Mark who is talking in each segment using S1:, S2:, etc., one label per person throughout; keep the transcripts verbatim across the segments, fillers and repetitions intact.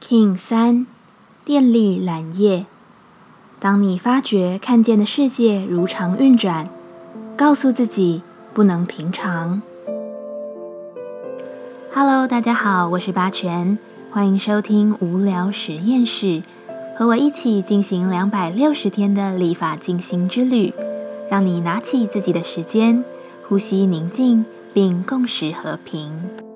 S1: King 三电力蓝叶。当你发觉看见的世界如常运转，告诉自己不能平常。Hello， 大家好，我是八全，欢迎收听无聊实验室，和我一起进行两百六十天的立法进行之旅，让你拿起自己的时间，呼吸宁静，并共识和平。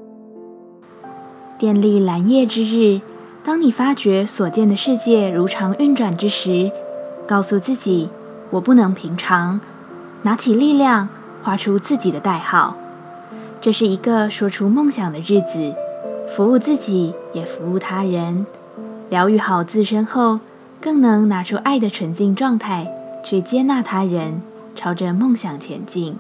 S1: 电力蓝叶之日，当你发觉所见的世界如常运转之时，告诉自己我不能平常，拿起力量画出自己的代号。这是一个说出梦想的日子，服务自己也服务他人，疗愈好自身后，更能拿出爱的纯净状态去接纳他人，朝着梦想前进。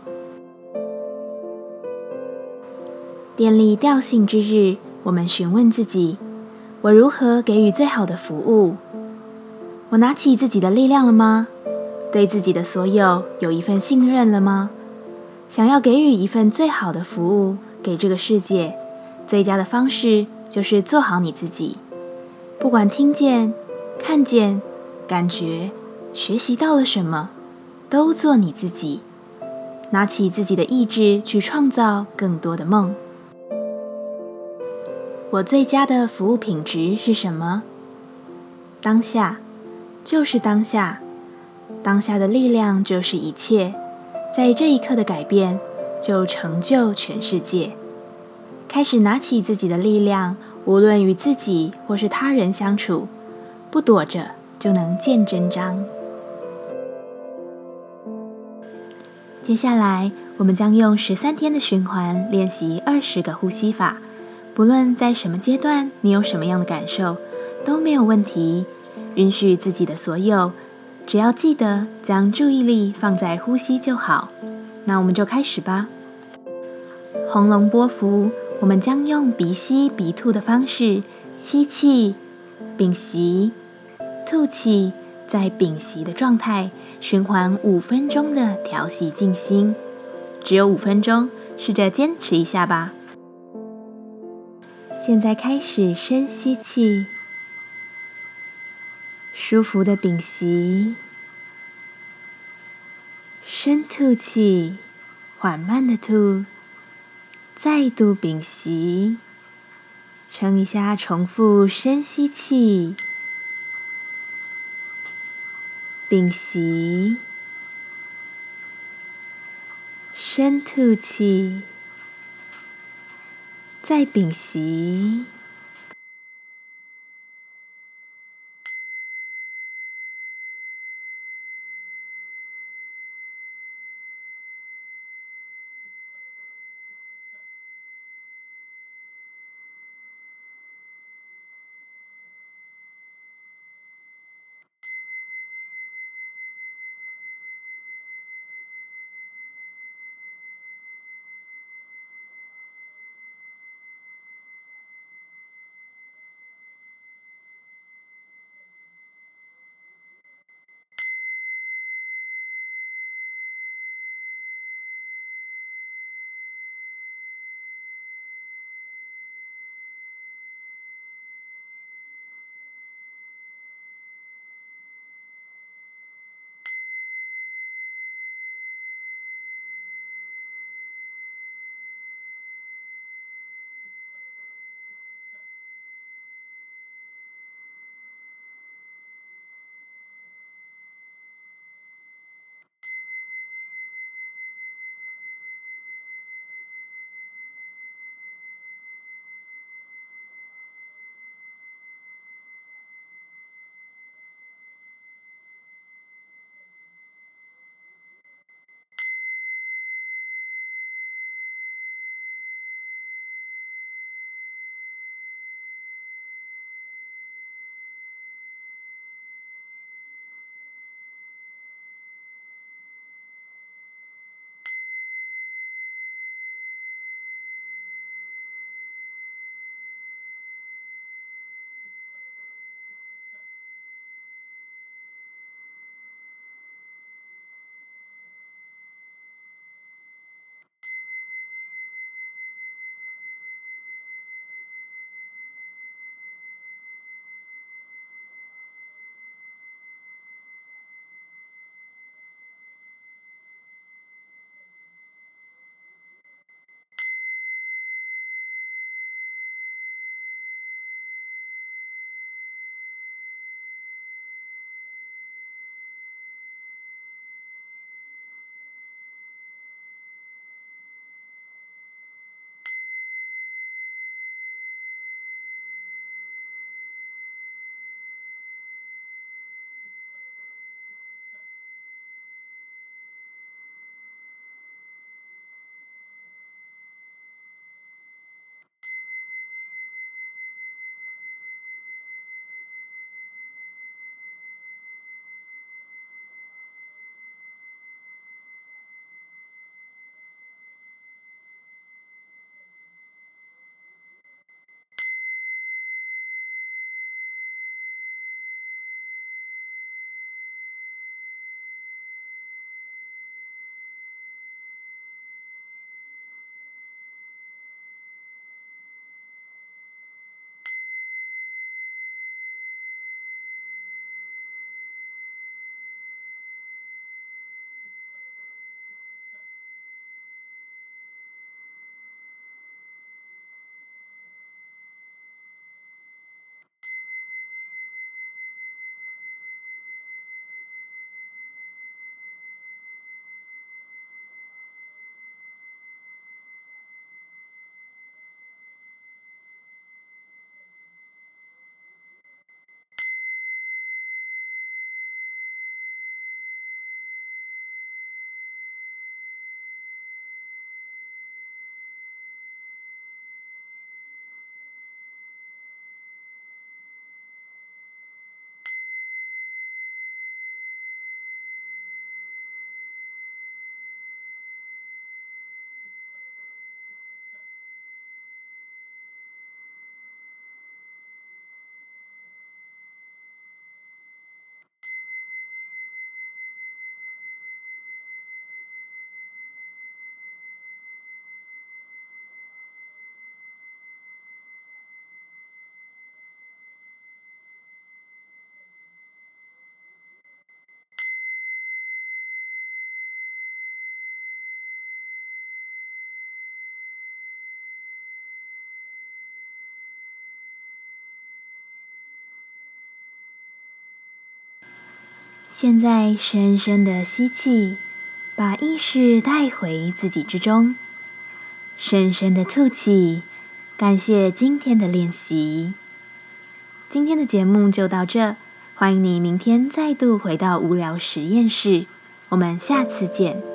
S1: 电力调性之日，我们询问自己，我如何给予最好的服务？我拿起自己的力量了吗？对自己的所有有一份信任了吗？想要给予一份最好的服务给这个世界，最佳的方式就是做好你自己。不管听见、看见、感觉、学习到了什么，都做你自己。拿起自己的意志去创造更多的梦。我最佳的服务品质是什么？当下，就是当下。当下的力量就是一切。在这一刻的改变，就成就全世界。开始拿起自己的力量，无论与自己或是他人相处，不躲着就能见真章。接下来，我们将用十三天的循环练习二十个呼吸法。不论在什么阶段，你有什么样的感受，都没有问题。允许自己的所有。只要记得将注意力放在呼吸就好。那我们就开始吧。红龙波符，我们将用鼻吸鼻吐的方式吸气，屏息，吐气，在屏息的状态循环五分钟的调息静心。只有五分钟，试着坚持一下吧。现在开始深吸气，舒服的屏息，深吐气，缓慢的吐，再度屏息，撑一下，重复深吸气，屏息，深吐气，再屏息。 现在深深的吸气，把意识带回自己之中。深深的吐气，感谢今天的练习。今天的节目就到这，欢迎你明天再度回到无聊实验室，我们下次见。